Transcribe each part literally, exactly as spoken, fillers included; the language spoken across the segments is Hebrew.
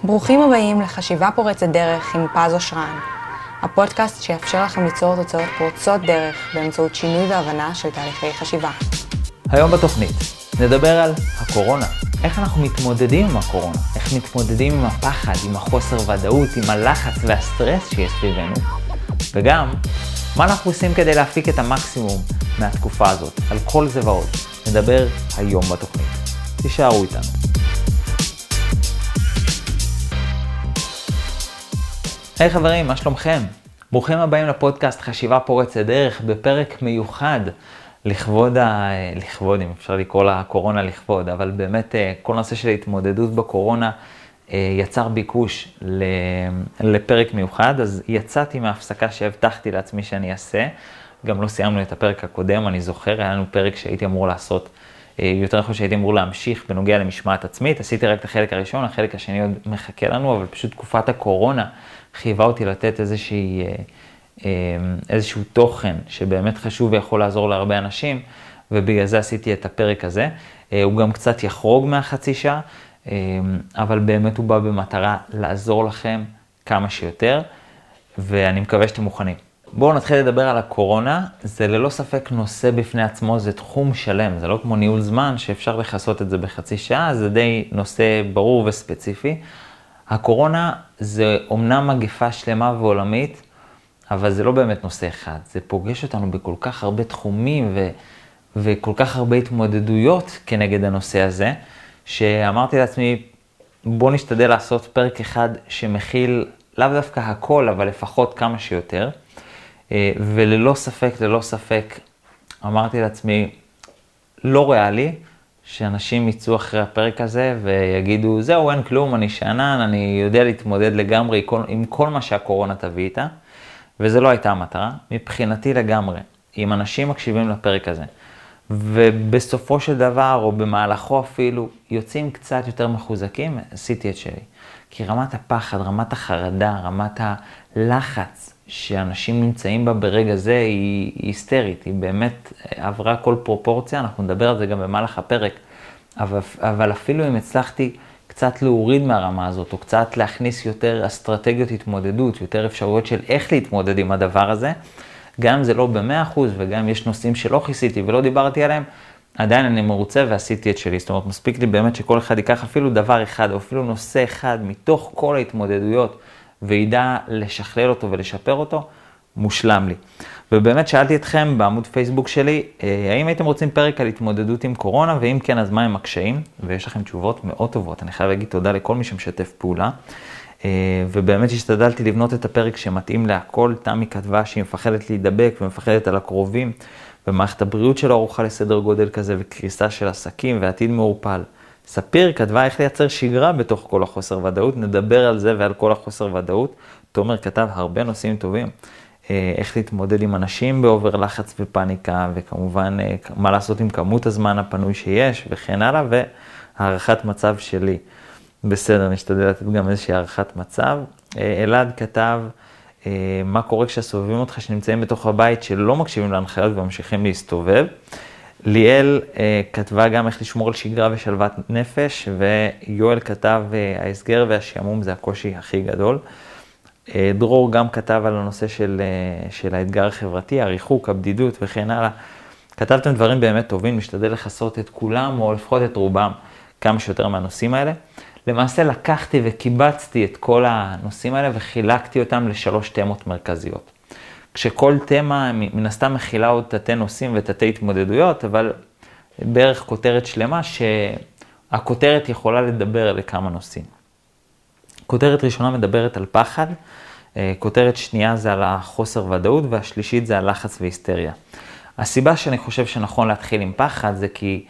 ברוכים הבאים לחשיבה פורצת דרך עם פז אושרן, הפודקאסט שיאפשר לכם ליצור תוצאות פורצות דרך באמצעות שינוי והבנה של תהליכי חשיבה. היום בתוכנית נדבר על הקורונה, איך אנחנו מתמודדים עם הקורונה, איך מתמודדים עם הפחד, עם החוסר ודאות, עם הלחץ והסטרס שיש סביבנו, וגם מה אנחנו עושים כדי להפיק את המקסימום מהתקופה הזאת. על כל זה ועוד נדבר היום בתוכנית. תישארו איתנו. היי hey חברים, מה שלומכם? ברוכים הבאים לפודקאסט חשיבה פורצת דרך בפרק מיוחד לכבוד, ה... לכבוד, אם אפשר לקרוא לקורונה לכבוד, אבל באמת כל נושא של התמודדות בקורונה יצר ביקוש לפרק מיוחד, אז יצאתי מההפסקה שהבטחתי לעצמי שאני אעשה, גם לא סיימנו את הפרק הקודם, אני זוכר, היה לנו פרק שהייתי אמור לעשות, יותר נכון שהייתי אמור להמשיך בנוגע למשמעת עצמית, עשיתי רק את החלק הראשון, החלק השני עוד מחכה לנו, אבל פשוט תקופת הקורונה חייבה אותי לתת איזושהי, איזשהו תוכן שבאמת חשוב ויכול לעזור להרבה אנשים, ובגלל זה עשיתי את הפרק הזה. הוא גם קצת יחרוג מהחצי שעה, אבל באמת הוא בא במטרה לעזור לכם כמה שיותר, ואני מקווה שאתם מוכנים. בואו נתחיל לדבר על הקורונה. זה ללא ספק נושא בפני עצמו, זה תחום שלם, זה לא כמו ניהול זמן שאפשר לחסות את זה בחצי שעה, זה די נושא ברור וספציפי. הקורונה זה אומנם מגפה שלמה ועולמית, אבל זה לא באמת נושא אחד. זה פוגש אותנו בכל כך הרבה תחומים ו... וכל כך הרבה התמודדויות כנגד הנושא הזה, שאמרתי לעצמי, בוא נשתדל לעשות פרק אחד שמכיל לאו דווקא הכל, אבל לפחות כמה שיותר. וללא ספק, ללא ספק, אמרתי לעצמי, לא ריאלי שאנשים יצאו אחרי הפרק הזה ויגידו, זהו, אין כלום, אני שענן, אני יודע להתמודד לגמרי עם כל מה שהקורונה תביא איתה, וזה לא הייתה המטרה. מבחינתי לגמרי, אם אנשים מקשיבים לפרק הזה, ובסופו של דבר, או במהלכו אפילו, יוצאים קצת יותר מחוזקים, עשיתי את שלי. כי רמת הפחד, רמת החרדה, רמת הלחץ שאנשים נמצאים בה ברגע זה היא, היא היסטרית, היא באמת עברה כל פרופורציה, אנחנו נדבר על זה גם במהלך הפרק, אבל, אבל אפילו אם הצלחתי קצת להוריד מהרמה הזאת, או קצת להכניס יותר אסטרטגיות התמודדות, יותר אפשרויות של איך להתמודד עם הדבר הזה, גם אם זה לא ב-מאה אחוז, וגם אם יש נושאים שלא כיסיתי ולא דיברתי עליהם, עדיין אני מרוצה ועשיתי את שלי. זאת אומרת, מספיק לי באמת שכל אחד ייקח אפילו דבר אחד, או אפילו נושא אחד מתוך כל ההתמודדויות, וידע לשכלל אותו ולשפר אותו, מושלם לי. ובאמת שאלתי אתכם בעמוד פייסבוק שלי, האם הייתם רוצים פרק על התמודדות עם קורונה, ואם כן, אז מה הם הקשיים? ויש לכם תשובות מאוד טובות. אני חייב להגיד תודה לכל מי שמשתף פעולה. ובאמת השתדלתי לבנות את הפרק שמתאים להכל. תמי כתבה שהיא מפחדת להידבק ומפחדת על הקרובים, ומערכת הבריאות שלו ערוכה לסדר גודל כזה, וקריסה של עסקים ועתיד מעורפל. ספיר כתבה איך לייצר שגרה בתוך כל החוסר ודאות, נדבר על זה ועל כל החוסר ודאות. תומר כתב הרבה נושאים טובים, איך להתמודד עם אנשים באובר לחץ ופניקה, וכמובן מה לעשות עם כמות הזמן הפנוי שיש, וכן הלאה, והערכת מצב שלי. בסדר, נשתדל לתת גם איזושהי הערכת מצב. אלעד כתב, מה קורה כשסובבים אותך שנמצאים בתוך הבית שלא מקשיבים להנחיות וממשיכים להסתובב. ליאל כתבה גם איך לשמור על שגרה ושלוות נפש, ויואל כתב, ההסגר והשעמום זה הקושי הכי גדול. דרור גם כתב על הנושא של, של האתגר החברתי, הריחוק, הבדידות וכן הלאה. כתבתם דברים באמת טובים, משתדל לחסות את כולם או לפחות את רובם כמה שיותר מהנושאים האלה. למעשה לקחתי וקיבצתי את כל הנושאים האלה וחילקתי אותם לשלוש תמות מרכזיות. כשכל תמה מן הסתם מכילה עוד תתי נושאים ותתי התמודדויות, אבל בערך כותרת שלמה שהכותרת יכולה לדבר לכמה נושאים. כותרת ראשונה מדברת על פחד, כותרת שנייה זה על החוסר ודאות, והשלישית זה על לחץ והיסטריה. הסיבה שאני חושב שנכון להתחיל עם פחד זה כי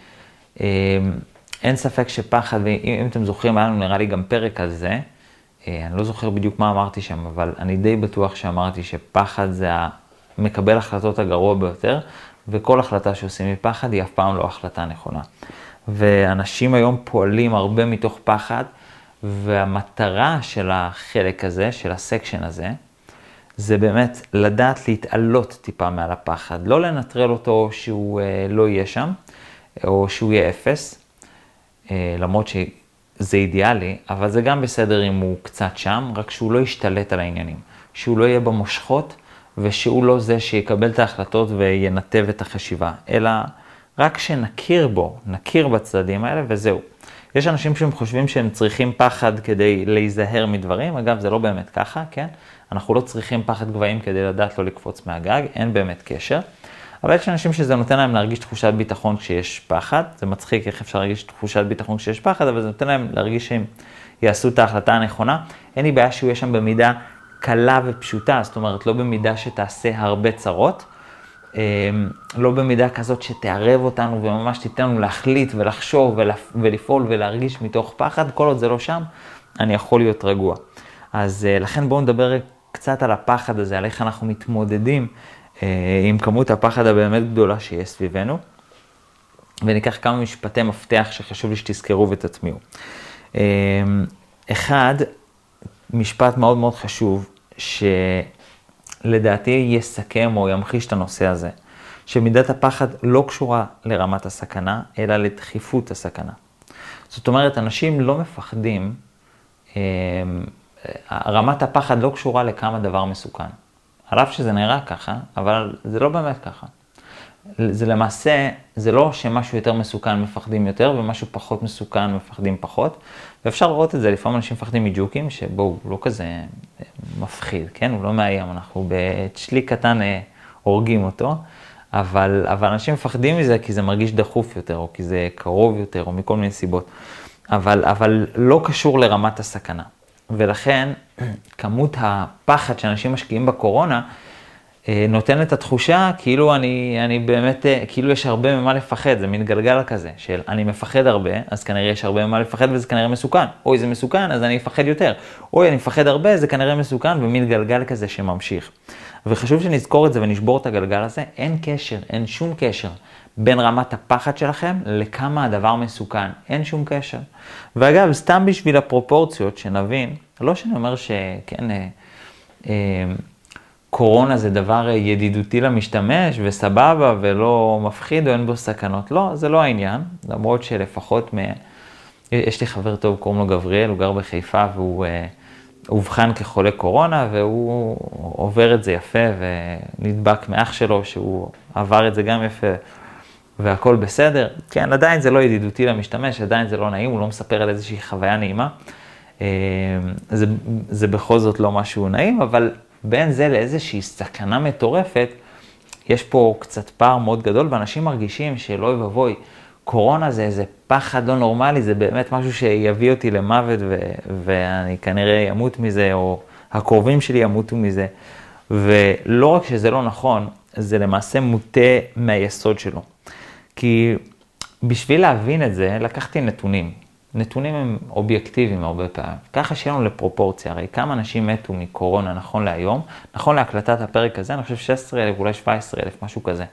אין ספק שפחד, ואם אתם זוכרים, היה לנו נראה לי גם פרק על זה, אני לא זוכר בדיוק מה אמרתי שם, אבל אני די בטוח שאמרתי שפחד זה מקבל החלטות הגרוע ביותר, וכל החלטה שעושים מפחד היא אף פעם לא החלטה נכונה. ואנשים היום פועלים הרבה מתוך פחד, והמטרה של החלק הזה, של הסקשן הזה, זה באמת לדעת להתעלות טיפה מעל הפחד, לא לנטרל אותו שהוא לא יהיה שם, או שהוא יהיה אפס, למרות ש... זה אידיאלי, אבל זה גם בסדר אם הוא קצת שם, רק שהוא לא ישתלט על העניינים, שהוא לא יהיה במושכות, ושהוא לא זה שיקבל את ההחלטות וינתב את החשיבה, אלא רק שנכיר בו, נכיר בצדדים האלה וזהו. יש אנשים שהם חושבים שהם צריכים פחד כדי להיזהר מדברים, אגב זה לא באמת ככה, כן? אנחנו לא צריכים פחד גבוהים כדי לדעת לא לקפוץ מהגג, אין באמת קשר. אבל יש אנשים שזה נותן להם להרגיש תחושת ביטחון כשיש פחד, זה מצחיק איך אפשר להרגיש תחושת ביטחון כשיש פחד, אבל זה נותן להם להרגיש שהם יעשו את ההחלטה הנכונה. אין לי בעיה שהוא יהיה שם במידה קלה ופשוטה, זאת אומרת לא במידה שתעשה הרבה צרות, לא במידה כזאת שתערב אותנו וממש תיתן לנו להחליט ולחשוב ולפעול ולהרגיש מתוך פחד, כל עוד זה לא שם, אני יכול להיות רגוע. אז לכן בואו נדבר קצת על הפחד הזה, על איך אנחנו מתמודדים עם כמות הפחד הבאמת גדולה שיש סביבנו, וניקח כמה משפטי מפתח שחשוב לי שתזכרו ותטמיעו. אחד, משפט מאוד מאוד חשוב, שלדעתי יסכם או ימחיש את הנושא הזה, שמידת הפחד לא קשורה לרמת הסכנה, אלא לדחיפות הסכנה. זאת אומרת, אנשים לא מפחדים, רמת הפחד לא קשורה לכמה דבר מסוכן. על אף שזה נראה ככה, אבל זה לא באמת ככה. זה למעשה, זה לא שמשהו יותר מסוכן מפחדים יותר, ומשהו פחות מסוכן מפחדים פחות. ואפשר לראות את זה, לפעמים אנשים מפחדים מג'וקים, שבו הוא לא כזה מפחיד, כן? הוא לא מאיים, אנחנו בצ'ליק קטן הורגים אותו, אבל, אבל אנשים מפחדים מזה כי זה מרגיש דחוף יותר, או כי זה קרוב יותר, או מכל מיני סיבות. אבל, אבל לא קשור לרמת הסכנה. ולכן, כמות הפחד שאנשים משקיעים בקורונה, נותן את התחושה כאילו אני, אני באמת, כאילו יש הרבה ממה לפחד, זה מין גלגל כזה, של אני מפחד הרבה, אז כנראה יש הרבה ממה לפחד וזה כנראה מסוכן. אוי, זה מסוכן, אז אני אפחד יותר. אוי, אני מפחד הרבה, זה כנראה מסוכן, ומין גלגל כזה שממשיך. וחשוב שנזכור את זה ונשבור את הגלגל הזה, אין קשר, אין שום קשר בין רמת הפחד שלכם לכמה הדבר מסוכן, אין שום קשר. ואגב, סתם בשביל הפרופורציות שנבין, לא שאני אומר שכן, אה, אה, קורונה זה דבר ידידותי למשתמש וסבבה ולא מפחיד או אין בו סכנות. לא, זה לא העניין. למרות שלפחות, מ... יש לי חבר טוב, קוראים לו גבריאל, הוא גר בחיפה והוא אה, אובחן כחולה קורונה והוא עובר את זה יפה ונדבק מאח שלו שהוא עבר את זה גם יפה והכל בסדר. כן, עדיין זה לא ידידותי למשתמש, עדיין זה לא נעים, הוא לא מספר על איזושהי חוויה נעימה. אה, זה, זה בכל זאת לא משהו נעים, אבל בין זה לאיזושהי סכנה מטורפת, יש פה קצת פער מאוד גדול, ואנשים מרגישים שלא יבואי, קורונה זה איזה פחד לא נורמלי, זה באמת משהו שיביא אותי למוות, ו- ואני כנראה ימות מזה, או הקרובים שלי ימותו מזה. ולא רק שזה לא נכון, זה למעשה מוטה מהיסוד שלו. כי בשביל להבין את זה, לקחתי נתונים. נתונים הם אובייקטיביים הרבה פעמים. ככה שיהיה לנו לפרופורציה. הרי כמה אנשים מתו מקורונה נכון להיום, נכון להקלטת הפרק הזה, אני חושב שש עשרה אלף, אולי שבע עשרה אלף, משהו כזה.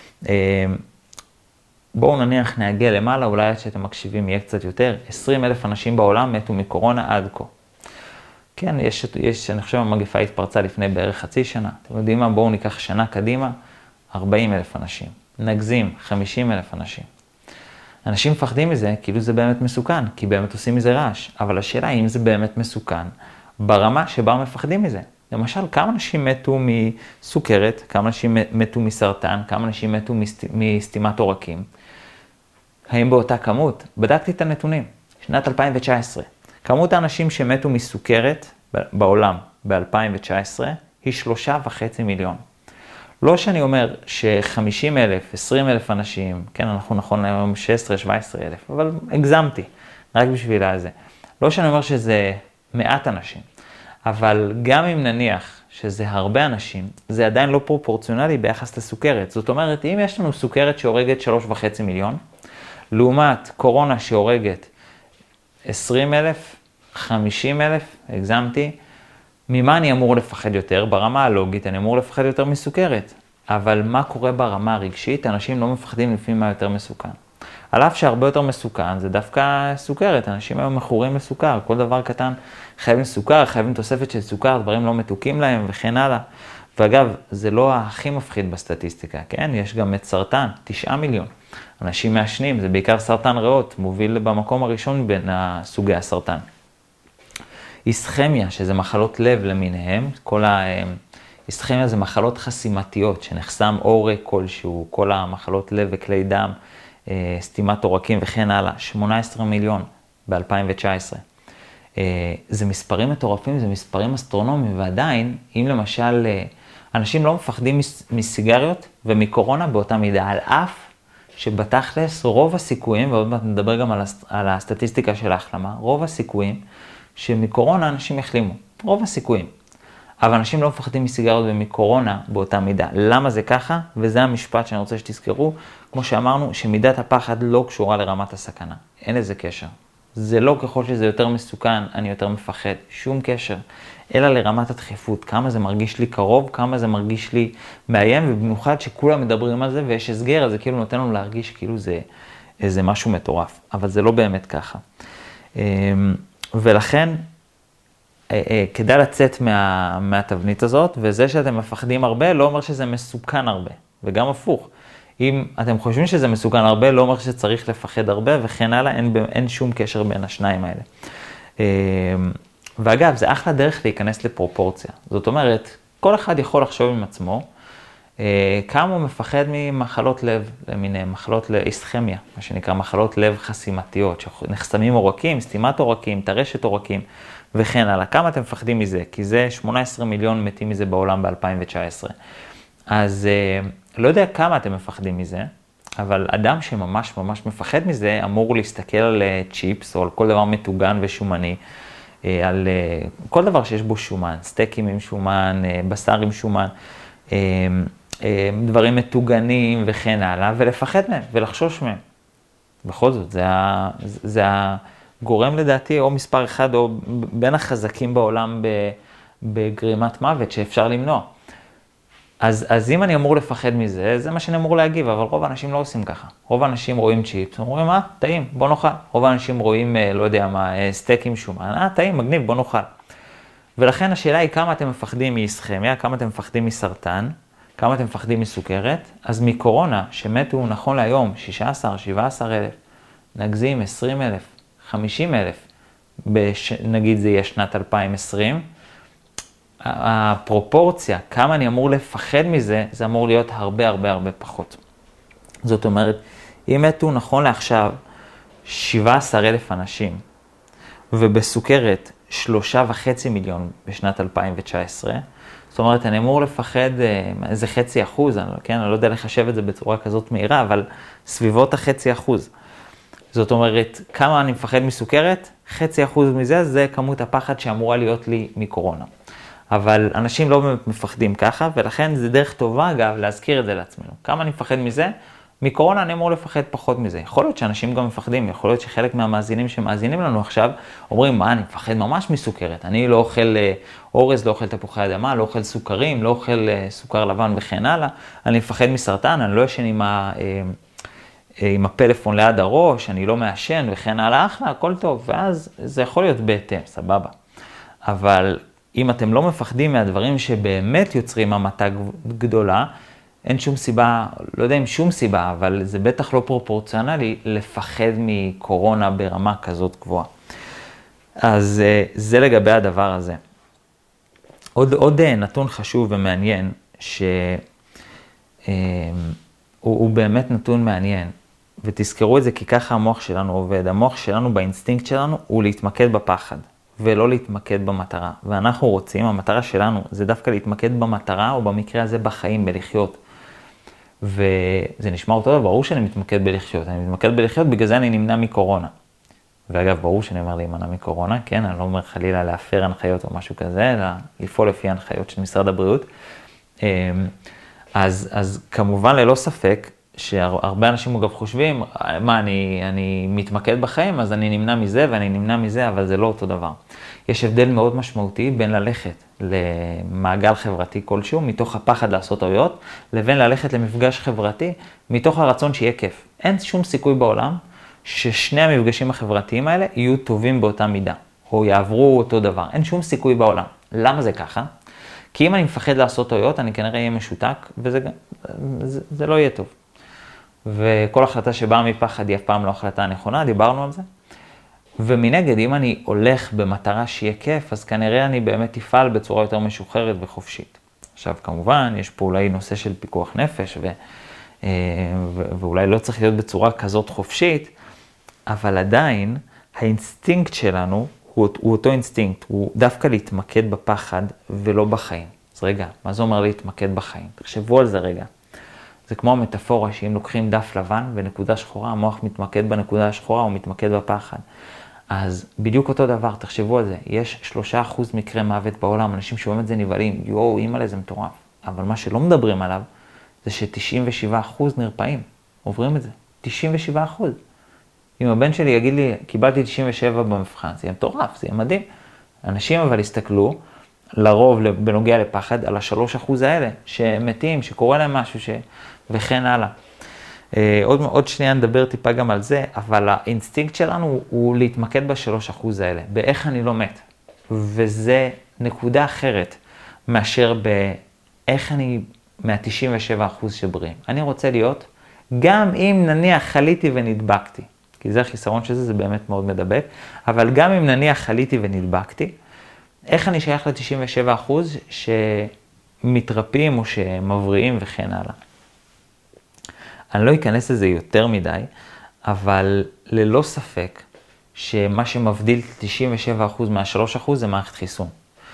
בואו נניח נהגה למעלה, אולי עד שאתם מקשיבים יהיה קצת יותר, עשרים אלף אנשים בעולם מתו מקורונה עד כה. כן, יש, יש, אני חושב המגפה התפרצה לפני בערך חצי שנה. אתם יודעים מה? בואו ניקח שנה קדימה, ארבעים אלף אנשים. נגזים, חמישים אלף אנשים. אנשים מפחדים מזה, כאילו זה באמת מסוכן, כי באמת עושים מזה רעש. אבל השאלה היא אם זה באמת מסוכן, ברמה שבה מפחדים מזה. למשל, כמה אנשים מתו מסוכרת, כמה אנשים מתו מסרטן, כמה אנשים מתו מסתימת עורקים. האם באותה כמות? בדקתי את הנתונים, שנת אלפיים תשע עשרה. כמות האנשים שמתו מסוכרת בעולם ב-אלפיים תשע עשרה היא שלושה וחצי מיליון. לא שאני אומר ש-חמישים אלף, עשרים אלף אנשים, כן, אנחנו נכון להיום שש עשרה שבע עשרה אלף, אבל הגזמתי, רק בשביל הזה. לא שאני אומר שזה מעט אנשים, אבל גם אם נניח שזה הרבה אנשים, זה עדיין לא פרופורציונלי ביחס לסוכרת. זאת אומרת, אם יש לנו סוכרת שהורגת שלוש וחצי מיליון, לעומת קורונה שהורגת עשרים אלף, חמישים אלף, הגזמתי, ממה אני אמור לפחד יותר? ברמה הלוגית אני אמור לפחד יותר מסוכרת. אבל מה קורה ברמה הרגשית? אנשים לא מפחדים לפי מה יותר מסוכן. על אף שהרבה יותר מסוכן זה דווקא סוכרת. אנשים היום מכורים לסוכר. כל דבר קטן חייבים סוכר, חייבים תוספת של סוכר, דברים לא מתוקים להם וכן הלאה. ואגב, זה לא הכי מפחיד בסטטיסטיקה, כן? יש גם את סרטן, תשעה מיליון. אנשים מעשנים, זה בעיקר סרטן ריאות, מוביל במקום הראשון בין סוגי הסרטן. איסכמיה, שזה מחלות לב למיניהם, כל ה... איסכמיה זה מחלות חסימתיות, שנחסם עורק כלשהו, כל המחלות לב וכלי דם, סתימת עורקים וכן הלאה, שמונה עשרה מיליון ב-אלפיים תשע עשרה. זה מספרים מטורפים, זה מספרים אסטרונומיים, ועדיין, אם למשל, אנשים לא מפחדים מסיגריות ומקורונה באותה מידה, על אף שבתכלס רוב הסיכויים, ועוד מעט נדבר גם על הסטטיסטיקה של ההחלמה, רוב הסיכויים שמקורונה אנשים יחלימו, רוב הסיכויים. אבל אנשים לא מפחדים מסיגריות ומקורונה באותה מידה. למה זה ככה? וזה המשפט שאני רוצה שתזכרו. כמו שאמרנו, שמידת הפחד לא קשורה לרמת הסכנה. אין לזה קשר. זה לא ככל שזה יותר מסוכן, אני יותר מפחד. שום קשר. אלא לרמת הדחיפות. כמה זה מרגיש לי קרוב, כמה זה מרגיש לי מאיים, ובמיוחד שכולם מדברים על זה ויש הסגר, אז זה כאילו נותן לנו להרגיש כאילו זה איזה משהו מטורף. אבל זה לא באמת ככה. ולכן, כדאי לצאת מה, מהתבנית הזאת, וזה שאתם מפחדים הרבה לא אומר שזה מסוכן הרבה, וגם הפוך. אם אתם חושבים שזה מסוכן הרבה, לא אומר שצריך לפחד הרבה, וכן הלאה, אין, אין שום קשר בין השניים האלה. ואגב, זה אחלה דרך להיכנס לפרופורציה. זאת אומרת, כל אחד יכול לחשוב עם עצמו, כמה הוא מפחד ממחלות לב, למיניהם, מחלות לאיסכמיה, מה שנקרא מחלות לב חסימתיות, שנחסמים עורקים, סתימת עורקים, טרשת עורקים, וכן הלאה. כמה אתם מפחדים מזה? כי זה שמונה עשרה מיליון מתים מזה בעולם ב-אלפיים תשע עשרה. אז לא יודע כמה אתם מפחדים מזה, אבל אדם שממש ממש מפחד מזה, אמור להסתכל על צ'יפס או על כל דבר מטוגן ושומני, על כל דבר שיש בו שומן, סטייקים עם שומן, בשר עם שומן, דברים מטוגנים וכן הלאה, ולפחד מהם ולחשוש מהם. בכל זאת, זה, זה הגורם לדעתי או מספר אחד או בין החזקים בעולם בגרימת מוות שאפשר למנוע. אז, אז אם אני אמור לפחד מזה, זה מה שאני אמור להגיב, אבל רוב האנשים לא עושים ככה. רוב האנשים רואים צ'יפס, אומרים, אה, טעים, בוא נאכל. רוב האנשים רואים, לא יודע מה, סטייק עם שומן, אה, טעים, מגניב, בוא נאכל. ולכן השאלה היא כמה אתם מפחדים מאיסכמיה, כמה אתם מפחדים מסרטן, כמה אתם מפחדים מסוכרת. אז מקורונה, שמתו נכון להיום, שישה עשר, שבעה עשר אלף, נגזים עשרים אלף, חמישים אלף, בש... נגיד זה יהיה שנת אלפיים עשרים, הפרופורציה, כמה אני אמור לפחד מזה, זה אמור להיות הרבה הרבה הרבה פחות. זאת אומרת, אם מתו נכון לעכשיו שבעה עשר אלף אנשים, ובסוכרת שלושה וחצי מיליון בשנת אלפיים תשע עשרה, זאת אומרת, אני אמור לפחד איזה חצי אחוז, אני, כן, אני לא יודע לחשב את זה בצורה כזאת מהירה, אבל סביבות החצי אחוז. זאת אומרת, כמה אני מפחד מסוכרת? חצי אחוז מזה, זה כמות הפחד שאמורה להיות לי מקורונה. אבל אנשים לא מפחדים ככה, ולכן זה דרך טובה, אגב, להזכיר את זה לעצמנו. כמה אני מפחד מזה? מקורונה אני אמור לפחד פחות מזה. יכול להיות שאנשים גם מפחדים, יכול להיות שחלק מהמאזינים שמאזינים לנו עכשיו, אומרים, מה, אני מפחד ממש מסוכרת. אני לא אוכל אורז, לא אוכל תפוחי אדמה, לא אוכל סוכרים, לא אוכל סוכר לבן וכן הלאה. אני מפחד מסרטן, אני לא ישן עם, ה, עם הפלאפון ליד הראש, אני לא מעשן וכן הלאה, אחלה, הכל טוב. ואז זה יכול להיות בהתאם, סבבה. אבל אם אתם לא מפחדים מהדברים שבאמת יוצרים המתה גדולה, אין שום סיבה, לא יודע אם שום סיבה, אבל זה בטח לא פרופורציונלי לפחד מקורונה ברמה כזאת גבוהה. אז זה לגבי הדבר הזה. עוד, עוד נתון חשוב ומעניין, שהוא הוא באמת נתון מעניין, ותזכרו את זה כי ככה המוח שלנו עובד. המוח שלנו באינסטינקט שלנו הוא להתמקד בפחד. ולא להתמקד במטרה. ואנחנו רוצים, המטרה שלנו זה דווקא להתמקד במטרה, או במקרה הזה בחיים, בלחיות. וזה נשמע אותו דבר, ברור שאני מתמקד בלחיות. אני מתמקד בלחיות, בגלל זה אני נמנע מקורונה. ואגב, ברור שאני אומר להימנע מקורונה, כן, אני לא אומר חלילה להפר הנחיות או משהו כזה, אלא לפעול לפי הנחיות של משרד הבריאות. אז, אז כמובן ללא ספק, שהרבה אנשים אגב חושבים, מה, אני, אני מתמקד בחיים, אז אני נמנע מזה ואני נמנע מזה, אבל זה לא אותו דבר. יש הבדל מאוד משמעותי בין ללכת למעגל חברתי כלשהו, מתוך הפחד לעשות טעויות, לבין ללכת למפגש חברתי, מתוך הרצון שיהיה כיף. אין שום סיכוי בעולם ששני המפגשים החברתיים האלה יהיו טובים באותה מידה, או יעברו אותו דבר. אין שום סיכוי בעולם. למה זה ככה? כי אם אני מפחד לעשות טעויות, אני כנראה אהיה משותק, וזה זה, זה לא יהיה טוב. וכל החלטה שבאה מפחד היא אף פעם לא החלטה נכונה, דיברנו על זה. ומנגד, אם אני הולך במטרה שיהיה כיף, אז כנראה אני באמת אפעל בצורה יותר משוחררת וחופשית. עכשיו, כמובן, יש פה אולי נושא של פיקוח נפש, ו... ואולי לא צריך להיות בצורה כזאת חופשית, אבל עדיין האינסטינקט שלנו הוא, הוא אותו אינסטינקט, הוא דווקא להתמקד בפחד ולא בחיים. אז רגע, מה זה אומר להתמקד בחיים? תחשבו על זה רגע. זה כמו המטאפורה שאם לוקחים דף לבן ונקודה שחורה, המוח מתמקד בנקודה השחורה, הוא מתמקד בפחד. אז בדיוק אותו דבר, תחשבו על זה, יש שלושה אחוז מקרי מוות בעולם, אנשים שומעים את זה נבהלים, יואו, אימא לזה מטורף. אבל מה שלא מדברים עליו, זה ש-תשעים ושבעה אחוז נרפאים, עוברים את זה, תשעים ושבעה אחוז. אם הבן שלי יגיד לי, קיבלתי תשעים ושבע במבחן, זה יהיה מטורף, זה יהיה מדהים. אנשים אבל הסתכלו, לרוב בנוגע לפחד, על השלוש אחוז האלה, שמתים, שקורה להם משהו, ש... וכן הלאה. עוד, עוד שנייה נדבר טיפה גם על זה, אבל האינסטינקט שלנו הוא להתמקד בשלוש אחוז האלה, באיך אני לא מת. וזה נקודה אחרת מאשר באיך אני מה-תשעים ושבעה אחוז שבריאים. אני רוצה להיות, גם אם נניח חליתי ונדבקתי, כי זה החיסרון של זה, זה באמת מאוד מדבק, אבל גם אם נניח חליתי ונדבקתי, איך אני שייך ל-תשעים ושבעה אחוז שמתרפאים או שמבריאים וכן הלאה. אני לא אכנס לזה יותר מדי, אבל ללא ספק שמה שמבדיל תשעים ושבעה אחוז מה-שלוש אחוז זה מערכת חיסון.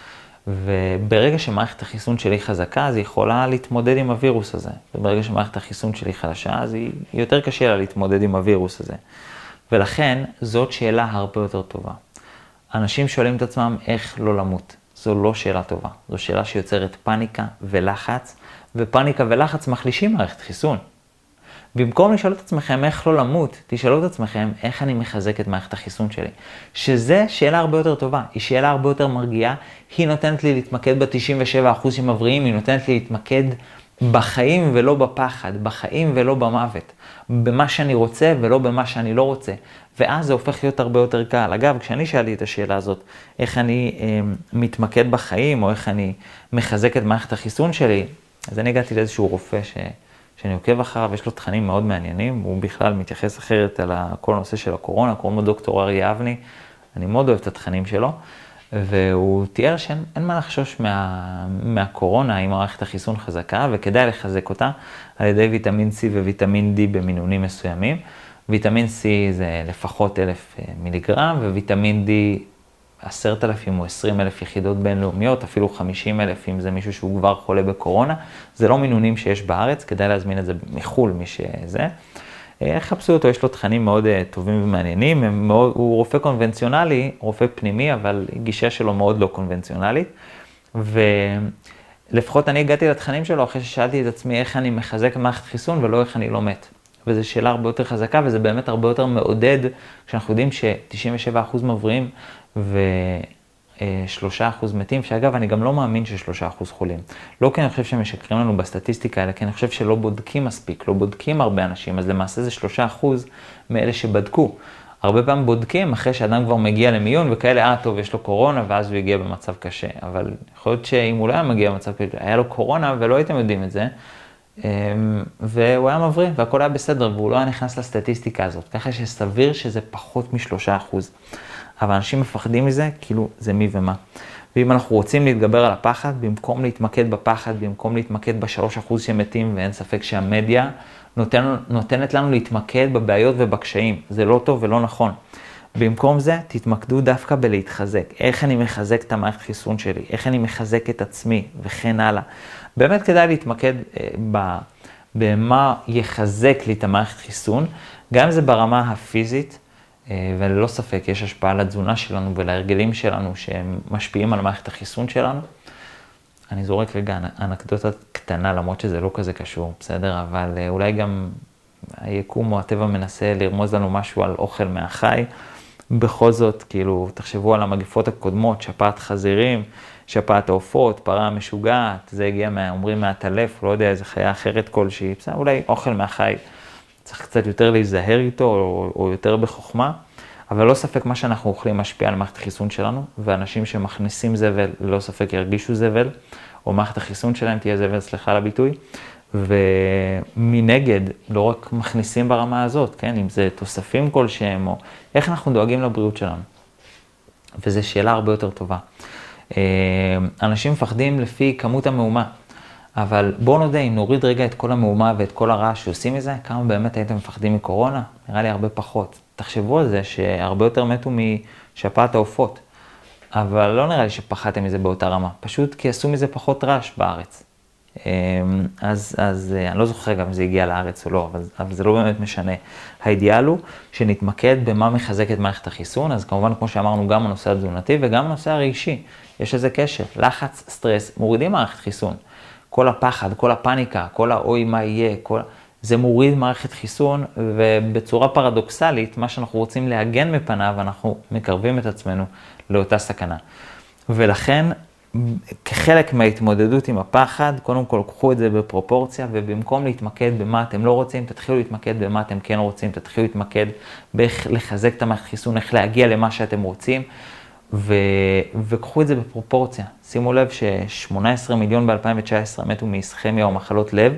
וברגע שמערכת החיסון שלי חזקה, אז היא יכולה להתמודד עם הווירוס הזה. וברגע שמערכת החיסון שלי חלשה, אז היא יותר קשה לה להתמודד עם הווירוס הזה. ולכן זאת שאלה הרבה יותר טובה. אנשים שואלים את עצמם איך לא למות. זו לא שאלה טובה. זו שאלה שיוצרת פאניקה ולחץ, ופאניקה ולחץ מחלישים מערכת חיסון. במקום לשאול את עצמכם איך לא למות, תשאלו את עצמכם איך אני מחזק את מערכת החיסון שלי. שזה שאלה הרבה יותר טובה, היא שאלה הרבה יותר מרגיעה, היא נותנת לי להתמקד ב-תשעים ושבעה אחוז שמבריאים, היא נותנת לי להתמקד בחיים ולא בפחד, בחיים ולא במוות, במה שאני רוצה ולא במה שאני לא רוצה. ואז זה הופך להיות הרבה יותר קל. אגב, כשאני שאלתי את השאלה הזאת, איך אני אה, מתמקד בחיים או איך אני מחזק את מערכת החיסון שלי, אז אני הגעתי לאיזשהו רופא ש... שאני עוקב אחריו, יש לו תכנים מאוד מעניינים, הוא בכלל מתייחס אחרת על כל הנושא של הקורונה, קוראים לו דוקטור אריה אבני, אני מאוד אוהב את התכנים שלו, והוא תיאר שאין מה לחשוש מה, מהקורונה, עם מערכת החיסון חזקה, וכדאי לחזק אותה על ידי ויטמין C וויטמין D במינונים מסוימים. ויטמין C זה לפחות אלף מיליגרם, וויטמין D עשרת אלפים או עשרים אלף יחידות בינלאומיות, אפילו חמישים אלף אם זה מישהו שהוא כבר חולה בקורונה. זה לא מינונים שיש בארץ, כדאי להזמין את זה מחול מי שזה. חפשו אותו, יש לו תכנים מאוד טובים ומעניינים. מאוד, הוא רופא קונבנציונלי, רופא פנימי, אבל גישה שלו מאוד לא קונבנציונלית. ולפחות אני הגעתי לתכנים שלו אחרי ששאלתי את עצמי איך אני מחזק מערכת חיסון ולא איך אני לא מת. וזו שאלה הרבה יותר חזקה, וזה באמת הרבה יותר מעודד, כשאנחנו יודעים ש-תשעים ושבעה אחוז מבריאים ו-שלושה אחוז מתים, שאגב, אני גם לא מאמין ש-שלושה אחוז חולים. לא כי אני חושב שהם משקרים לנו בסטטיסטיקה, אלא כי אני חושב שלא בודקים מספיק, לא בודקים הרבה אנשים, אז למעשה זה שלושה אחוז מאלה שבדקו. הרבה פעמים בודקים אחרי שאדם כבר מגיע למיון, וכאלה, אה, טוב, יש לו קורונה, ואז הוא הגיע במצב קשה. אבל יכול להיות שאם הוא לא היה מגיע במצב קשה, היה לו קורונה, ולא הייתם יודעים את זה, והוא היה מבריא, והכל היה בסדר, והוא לא היה נכנס לסטטיסטיקה הזאת. ככה שסביר שזה פחות משלושה אחוז. אבל אנשים מפחדים מזה, כאילו זה מי ומה. ואם אנחנו רוצים להתגבר על הפחד, במקום להתמקד בפחד, במקום להתמקד בשלוש אחוז שמתים, ואין ספק שהמדיה נותן, נותנת לנו להתמקד בבעיות ובקשיים. זה לא טוב ולא נכון. במקום זה, תתמקדו דווקא בלהתחזק. איך אני מחזק את המערכת חיסון שלי, איך אני מחזק את עצמי, וכן הלאה. באמת כדאי להתמקד ב, במה יחזק לי את המערכת חיסון, גם אם זה ברמה הפיזית, וללא ספק יש השפעה לתזונה שלנו ולהרגלים שלנו שהם משפיעים על מערכת החיסון שלנו. אני זורק רגע אנקדוטה קטנה, למרות שזה לא כזה קשור, בסדר? אבל אולי גם היקום או הטבע מנסה לרמוז לנו משהו על אוכל מהחי. בכל זאת, כאילו, תחשבו על המגפות הקודמות, שפעת חזירים, שפעת העופות, פרה משוגעת, זה הגיע, מה, אומרים מהטלף, לא יודע, איזה חיה אחרת כלשהי, בסדר? אולי אוכל מהחי. צריך קצת יותר להיזהר איתו, או, או יותר בחוכמה, אבל לא ספק מה שאנחנו אוכלים משפיע על מערכת החיסון שלנו, ואנשים שמכניסים זבל, לא ספק ירגישו זבל, או מערכת החיסון שלהם תהיה זבל, סליחה על הביטוי, ומנגד, לא רק מכניסים ברמה הזאת, כן, אם זה תוספים כלשהם, או איך אנחנו דואגים לבריאות שלנו. וזו שאלה הרבה יותר טובה. אנשים מפחדים לפי כמות המאומה, אבל בואו נודה, אם נוריד רגע את כל המאומה ואת כל הרעש שעושים מזה, כמה באמת הייתם מפחדים מקורונה? נראה לי הרבה פחות. תחשבו על זה שהרבה יותר מתו משפעת העופות, אבל לא נראה לי שפחדתם מזה באותה רמה, פשוט כי עשו מזה פחות רעש בארץ. אז, אז אני לא זוכר גם אם זה הגיע לארץ או לא, אבל, אבל זה לא באמת משנה. האידיאל הוא שנתמקד במה מחזק את מערכת החיסון, אז כמובן, כמו שאמרנו, גם הנושא התזונתי וגם הנושא הרגשי. יש איזה קשר, לחץ, סטרס, מורידים מערכת חיסון. כל הפחד, כל הפאניקה, כל האוי מה יהיה, כל... זה מוריד מערכת חיסון, ובצורה פרדוקסלית, מה שאנחנו רוצים להגן מפניו, אנחנו מקרבים את עצמנו לאותה סכנה. ולכן, כחלק מההתמודדות עם הפחד, קודם כל קחו את זה בפרופורציה, ובמקום להתמקד במה אתם לא רוצים, תתחילו להתמקד במה אתם כן רוצים, תתחילו להתמקד באיך לחזק את המערכת חיסון, איך להגיע למה שאתם רוצים, ו... וקחו את זה בפרופורציה. שימו לב ש-שמונה עשרה מיליון ב-אלפיים תשע עשרה מתו מאיסכמיה או מחלות לב,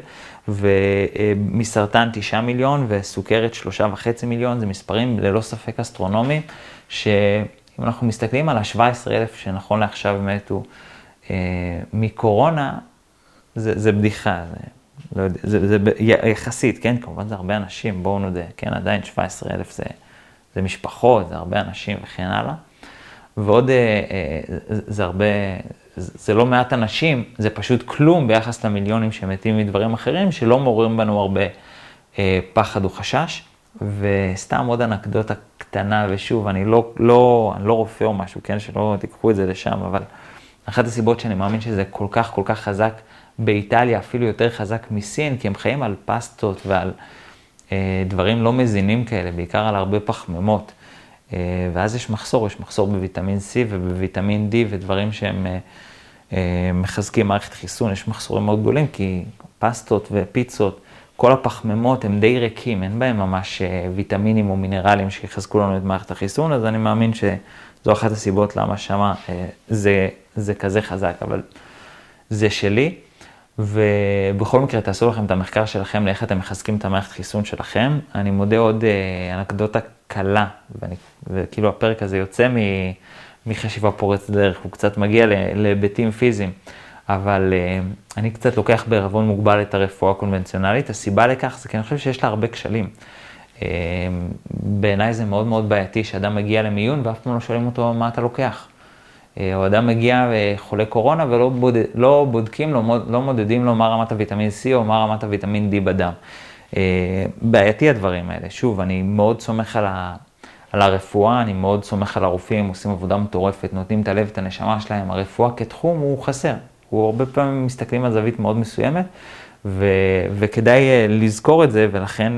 ומסרטן תשעה מיליון וסוכרת שלושה וחצי מיליון, זה מספרים ללא ספק אסטרונומיים, שאם אנחנו מסתכלים על ה-שבעה עשר אלף שנכון לעכשיו מתו אה, מקורונה, זה, זה בדיחה, זה, לא יודע, זה, זה יחסית, כן? כמובן זה הרבה אנשים, בואו נודה, כן? עדיין שבעה עשר אלף זה, זה משפחות, זה הרבה אנשים וכן הלאה. ועוד זה הרבה, זה לא מעט אנשים, זה פשוט כלום ביחס למיליונים שמתים מדברים אחרים, שלא מעוררים בנו הרבה פחד או חשש. וסתם עוד אנקדוטה קטנה, ושוב, אני לא, לא, אני לא רופא או משהו, כן, שלא תיקחו את זה לשם, אבל אחת הסיבות שאני מאמין שזה כל כך, כל כך חזק באיטליה, אפילו יותר חזק מסין, כי הם חיים על פסטות ועל דברים לא מזינים כאלה, בעיקר על הרבה פחמימות. ואז יש מחסור, יש מחסור בוויטמין C ובוויטמין D ודברים שהם מחזקים מערכת חיסון, יש מחסורים מאוד גדולים כי פסטות ופיצות, כל הפחמימות הם די ריקים, אין בהם ממש ויטמינים או מינרלים שיחזקו לנו את מערכת החיסון, אז אני מאמין שזו אחת הסיבות למה שמה זה, זה כזה חזק, אבל זה שלי. ובכל מקרה תעשו לכם את המחקר שלכם לאיך אתם מחזקים את המערכת חיסון שלכם. אני מודה עוד אנקדוטה קלה, ואני, וכאילו הפרק הזה יוצא מחשיבה פורצת דרך, הוא קצת מגיע להיבטים פיזיים, אבל אני קצת לוקח בערבון מוגבל את הרפואה הקונבנציונלית. הסיבה לכך זה כי אני חושב שיש לה הרבה כשלים. בעיניי זה מאוד מאוד בעייתי שאדם מגיע למיון ואף פעם לא שואלים אותו מה אתה לוקח. או אדם מגיע חולה קורונה ולא בוד... לא בודקים, לא, מוד... לא מודדים לו מה רמת הוויטמין C או מה רמת הוויטמין D בדם. בעייתי הדברים האלה. שוב, אני מאוד סומך על, ה... על הרפואה, אני מאוד סומך על הרופאים, עושים עבודה מטורפת, נותנים את הלב, את הנשמה שלהם. הרפואה כתחום הוא חסר. הוא הרבה פעמים מסתכלים על זווית מאוד מסוימת, ו... וכדאי לזכור את זה, ולכן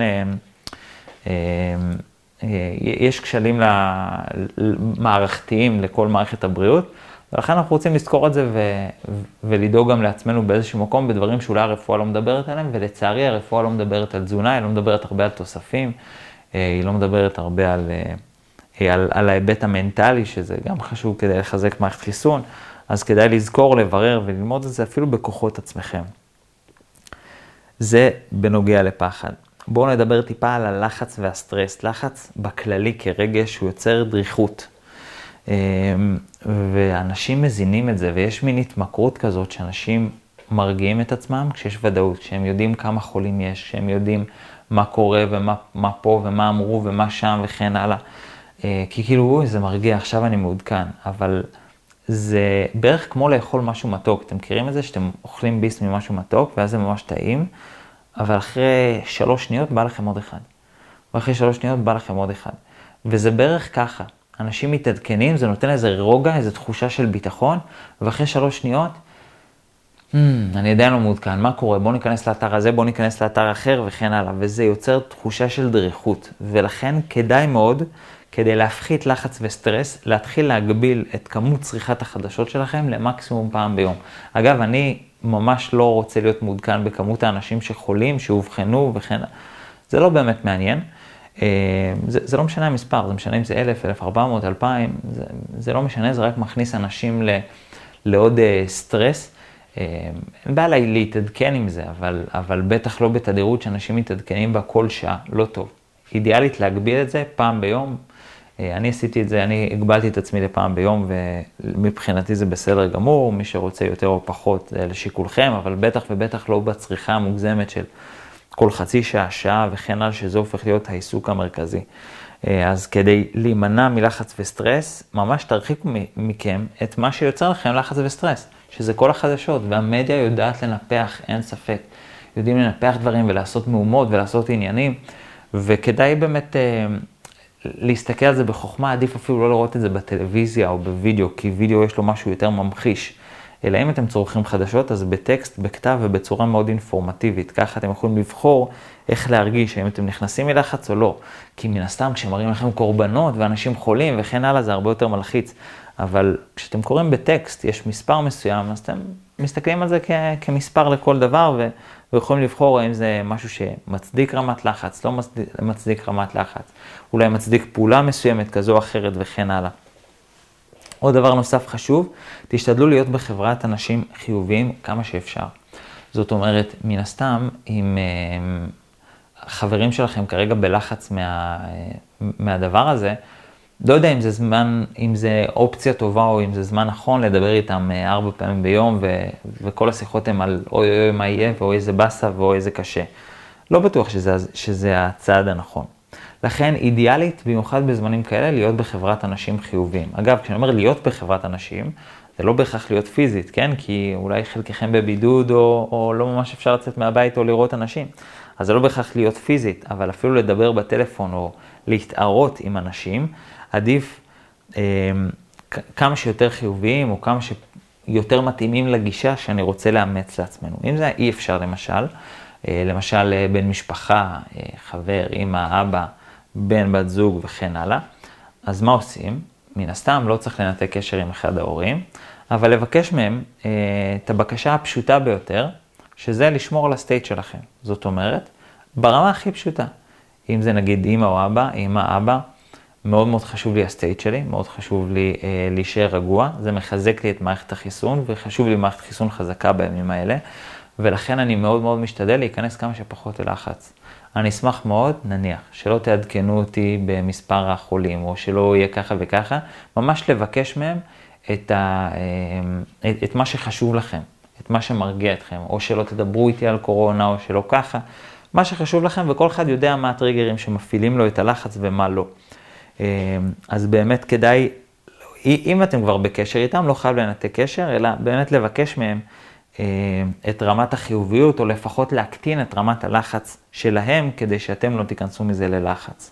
יש כשלים מערכתיים לכל מערכת הבריאות, ולכן אנחנו רוצים לזכור את זה ו... ולדאוג גם לעצמנו באיזשהו מקום בדברים שאולי הרפואה לא מדברת עליהם, ולצערי הרפואה לא מדברת על תזונה, היא לא מדברת הרבה על תוספים, היא לא מדברת הרבה על, על, על ההיבט המנטלי, שזה גם חשוב כדי לחזק מערכת חיסון, אז כדאי לזכור, לברר וללמוד את זה אפילו בכוחות עצמכם. זה בנוגע לפחד. בואו נדבר טיפה על הלחץ והסטרס. לחץ בכללי כרגש הוא יוצר דריכות. ואנשים מזינים את זה, ויש מין התמכרות כזאת שאנשים מרגיעים את עצמם כשיש ודאות, כשהם יודעים כמה חולים יש, כשהם יודעים מה קורה ומה מה פה ומה אמרו ומה שם וכן הלאה. כי כאילו זה מרגיע, עכשיו אני מעודכן, אבל זה בערך כמו לאכול משהו מתוק. אתם מכירים את זה שאתם אוכלים ביס ממשהו מתוק ואז זה ממש טעים, אבל אחרי שלוש שניות בא לכם עוד אחד. ואחרי שלוש שניות בא לכם עוד אחד. וזה בערך ככה. אנשים מתעדכנים, זה נותן איזה רוגע, איזו תחושה של ביטחון, ואחרי שלוש שניות, hmm, אני עדיין לא מעודכן, מה קורה? בוא ניכנס לאתר הזה, בוא ניכנס לאתר אחר וכן הלאה. וזה יוצר תחושה של דריכות. ולכן כדאי מאוד, כדי להפחית לחץ וסטרס, להתחיל להגביל את כמות צריכת החדשות שלכם למקסימום פעם ביום. אגב, אני ממש לא רוצה להיות מעודכן בכמות האנשים שחולים, שהובחנו וכן. זה לא באמת מעניין. זה, זה לא משנה המספר, זה משנה אם זה אלף, אלף ארבע מאות, אלפיים, זה, זה לא משנה, זה רק מכניס אנשים ל, לעוד סטרס. אין בעיה להתעדכן עם זה, אבל, אבל בטח לא בתדירות שאנשים מתעדכנים בה כל שעה, לא טוב. אידיאלית להגביל את זה פעם ביום. אני עשיתי את זה, אני הגבלתי את עצמי לפעם ביום, ומבחינתי זה בסדר גמור, מי שרוצה יותר או פחות לשיקולכם, אבל בטח ובטח לא בצריכה המוגזמת של כל חצי שעה, שעה וכן על שזה הופך להיות העיסוק המרכזי. אז כדי להימנע מלחץ וסטרס, ממש תרחיקו מכם את מה שיוצר לכם לחץ וסטרס, שזה כל החדשות, והמדיה יודעת לנפח, אין ספק. יודעים לנפח דברים ולעשות מהומות ולעשות עניינים, וכדאי באמת להסתכל על זה בחוכמה, עדיף אפילו לא לראות את זה בטלוויזיה או בווידאו, כי וידאו יש לו משהו יותר ממחיש. אלא אם אתם צורכים חדשות, אז בטקסט, בכתב ובצורה מאוד אינפורמטיבית. ככה אתם יכולים לבחור איך להרגיש, האם אתם נכנסים מלחץ או לא. כי מן הסתם, כשמראים לכם קורבנות ואנשים חולים וכן הלאה, זה הרבה יותר מלחיץ. אבל כשאתם קוראים בטקסט, יש מספר מסוים, אז אתם מסתכלים על זה כ- כמספר לכל דבר, ו- ויכולים לבחור האם זה משהו שמצדיק רמת לחץ, לא מצדיק, מצדיק רמת לחץ. אולי מצדיק פעולה מסוימת כזו או אחרת וכן הלאה. עוד דבר נוסף חשוב, תשתדלו להיות בחברת אנשים חיוביים כמה שאפשר. זאת אומרת, מן הסתם, אם חברים שלכם כרגע בלחץ מה, מהדבר הזה, לא יודע אם זה זמן, אם זה אופציה טובה או אם זה זמן נכון לדבר איתם ארבע פעמים ביום, ו, וכל השיחות הן על אוי אוי מה יהיה, ואוי איזה בסה ואוי איזה קשה. לא בטוח שזה, שזה הצעד הנכון. לכן אידיאלית, במיוחד בזמנים כאלה, להיות בחברת אנשים חיוביים. אגב, כשאני אומר להיות בחברת אנשים, זה לא בהכרח להיות פיזית, כן? כי אולי חלקכם בבידוד או, או לא ממש אפשר לצאת מהבית או לראות אנשים. אז זה לא בהכרח להיות פיזית, אבל אפילו לדבר בטלפון או להתערות עם אנשים, עדיף אה, כמה שיותר חיוביים או כמה שיותר מתאימים לגישה שאני רוצה לאמץ לעצמנו. אם זה אי אפשר למשל, אה, למשל בן משפחה, אה, חבר, אמא, אבא, בן, בת זוג וכן הלאה, אז מה עושים? מן הסתם לא צריך לנתק קשר עם אחד ההורים, אבל לבקש מהם אה, את הבקשה הפשוטה ביותר, שזה לשמור על הסטייט שלכם. זאת אומרת, ברמה הכי פשוטה. אם זה נגיד אמא או אבא, אמא, אבא, מאוד מאוד חשוב לי הסטייט שלי, מאוד חשוב לי אה, להישאר רגוע, זה מחזק לי את מערכת החיסון, וחשוב לי מערכת חיסון חזקה בימים האלה, ולכן אני מאוד מאוד משתדל להיכנס כמה שפחות ללחץ. אני אשמח מאוד, נניח, שלא תעדכנו אותי במספר החולים, או שלא יהיה ככה וככה, ממש לבקש מהם את, ה, את, את מה שחשוב לכם, את מה שמרגיע אתכם, או שלא תדברו איתי על קורונה, או שלא ככה, מה שחשוב לכם, וכל אחד יודע מה הטריגרים שמפעילים לו את הלחץ ומה לא. אז באמת כדאי, אם אתם כבר בקשר איתם, לא חייב לנתק קשר, אלא באמת לבקש מהם את רמת החיוביות, או לפחות להקטין את רמת הלחץ שלהם, כדי שאתם לא תיכנסו מזה ללחץ.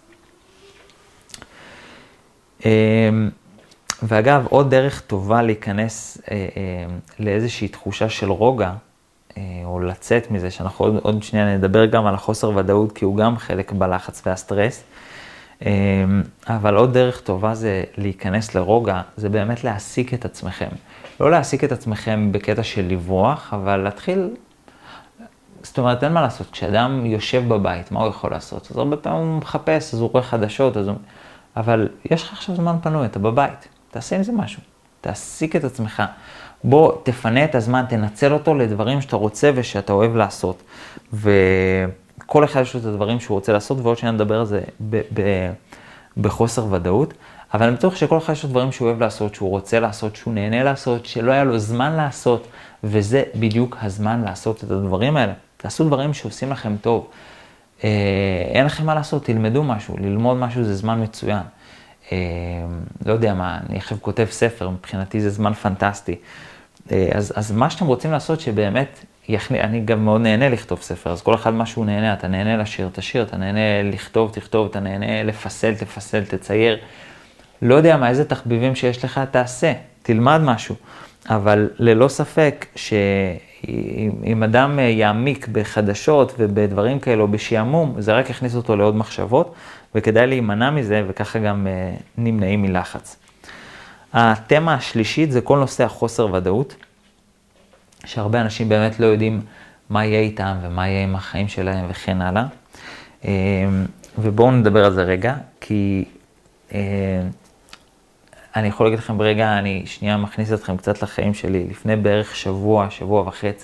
ואגב, עוד דרך טובה להיכנס לאיזושהי תחושה של רוגע, או לצאת מזה, שאנחנו עוד, עוד שנייה נדבר גם על החוסר ודאות, כי הוא גם חלק בלחץ והסטרס, אבל עוד דרך טובה זה להיכנס לרוגע, זה באמת להעסיק את עצמכם. לא להעסיק את עצמכם בקטע של לברוח, אבל להתחיל, זאת אומרת, אין מה לעשות. כשאדם יושב בבית, מה הוא יכול לעשות? אז הרבה פעמים הוא מחפש, אז הוא רואה חדשות, אז הוא... אבל יש לך עכשיו זמן פנוי, אתה בבית, תעשה עם זה משהו, תעסיק את עצמך. בוא, תפנה את הזמן, תנצל אותו לדברים שאתה רוצה ושאתה אוהב לעשות. וכל אחד יש לו את הדברים שהוא רוצה לעשות, ועוד שניה נדבר על זה ב- ב- בחוסר ודאות. אבל אני בטוח שכל אחד יש לו דברים שהוא אוהב לעשות, שהוא רוצה לעשות, שהוא נהנה לעשות, שלא היה לו זמן לעשות, וזה בדיוק הזמן לעשות את הדברים האלה. תעשו דברים שעושים לכם טוב. אה, אין לכם מה לעשות, תלמדו משהו, ללמוד משהו זה זמן מצוין. אה, לא יודע מה, אני עכשיו כותב ספר, מבחינתי זה זמן פנטסטי. אה, אז, אז מה שאתם רוצים לעשות שבאמת, יחני, אני גם מאוד נהנה לכתוב ספר, אז כל אחד מה שהוא נהנה, אתה נהנה לשיר, תשיר, אתה נהנה לכתוב, תכתוב, אתה נהנה לפסל, תפסל, תצייר. לא יודע מה, איזה תחביבים שיש לך, תעשה, תלמד משהו. אבל ללא ספק שאם אדם יעמיק בחדשות ובדברים כאלו, בשעמום, זה רק יכניס אותו לעוד מחשבות, וכדאי להימנע מזה, וככה גם נמנעים מלחץ. התמה השלישית זה כל נושא החוסר ודאות, שהרבה אנשים באמת לא יודעים מה יהיה איתם ומה יהיה עם החיים שלהם וכן הלאה. ובואו נדבר על זה רגע, כי אני יכול להגיד לכם ברגע, אני שנייה מכניס אתכם קצת לחיים שלי, לפני בערך שבוע, שבוע וחצי,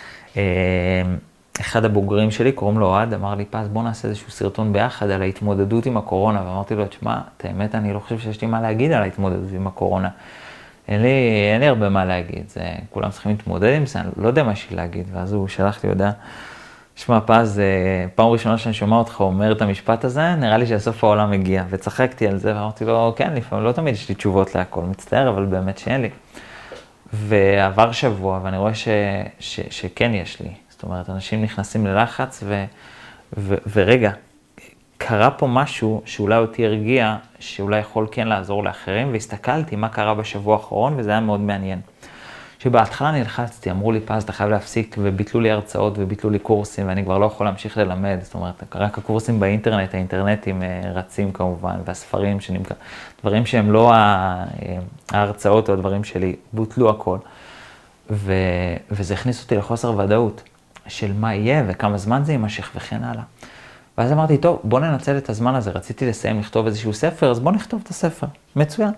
אחד הבוגרים שלי, קוראים לו אוהד, אמר לי, פז, בוא נעשה איזשהו סרטון ביחד על ההתמודדות עם הקורונה, ואמרתי לו, תשמע, את האמת, אני לא חושב שיש לי מה להגיד על ההתמודדות עם הקורונה. אין לי, אין לי הרבה מה להגיד, זה, כולם צריכים להתמודד עם זה, אני לא יודע מה יש לי להגיד, ואז הוא שלח לי הודעה, תשמע, פז, פעם ראשונה שאני שומע אותך אומר את המשפט הזה, נראה לי שהסוף העולם הגיע, וצחקתי על זה, ואמרתי לו, כן, לפעמים לא תמיד יש לי תשובות להכל, מצטער, אבל באמת שאין לי. ועבר שבוע, ואני רואה ש, ש, שכן יש לי. זאת אומרת, אנשים נכנסים ללחץ, ו, ו, ורגע, קרה פה משהו שאולי אותי הרגיע, שאולי יכול כן לעזור לאחרים, והסתכלתי מה קרה בשבוע האחרון, וזה היה מאוד מעניין. שבהתחלה נלחצתי, אמרו לי, פז, אתה חייב להפסיק, וביטלו לי הרצאות וביטלו לי קורסים, ואני כבר לא יכול להמשיך ללמד. זאת אומרת, רק הקורסים באינטרנט, האינטרנטים רצים כמובן, והספרים שנמכר, דברים שהם לא ההרצאות או הדברים שלי, בוטלו הכל. ו... וזה הכניס אותי לחוסר ודאות של מה יהיה וכמה זמן זה יימשך וכן הלאה. ואז אמרתי, טוב, בוא ננצל את הזמן הזה, רציתי לסיים לכתוב איזשהו ספר, אז בוא נכתוב את הספר. מצוין.